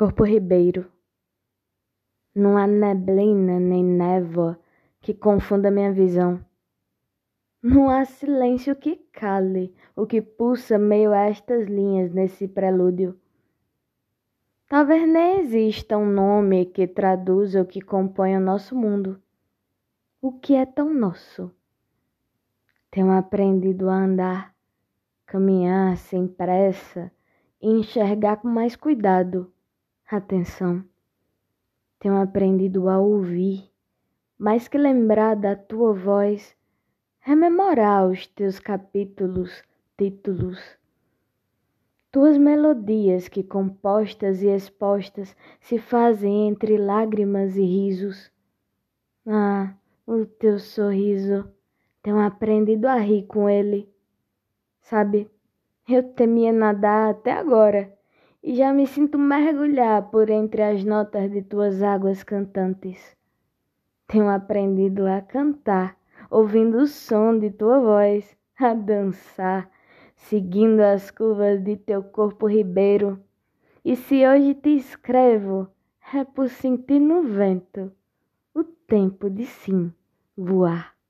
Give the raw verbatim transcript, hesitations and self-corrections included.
Corpo ribeiro, não há neblina nem névoa que confunda minha visão. Não há silêncio que cale o que pulsa meio a estas linhas nesse prelúdio. Talvez nem exista um nome que traduza o que compõe o nosso mundo. O que é tão nosso? Tenho aprendido a andar, caminhar sem pressa e enxergar com mais cuidado. Atenção. Tenho aprendido a ouvir, mais que lembrar da tua voz, rememorar os teus capítulos, títulos, tuas melodias que compostas e expostas se fazem entre lágrimas e risos. Ah, o teu sorriso, tenho aprendido a rir com ele. Sabe, eu temia nadar até agora e já me sinto mergulhar por entre as notas de tuas águas cantantes. Tenho aprendido a cantar, ouvindo o som de tua voz, a dançar, seguindo as curvas de teu corpo ribeiro. E se hoje te escrevo, é por sentir no vento o tempo de sim voar.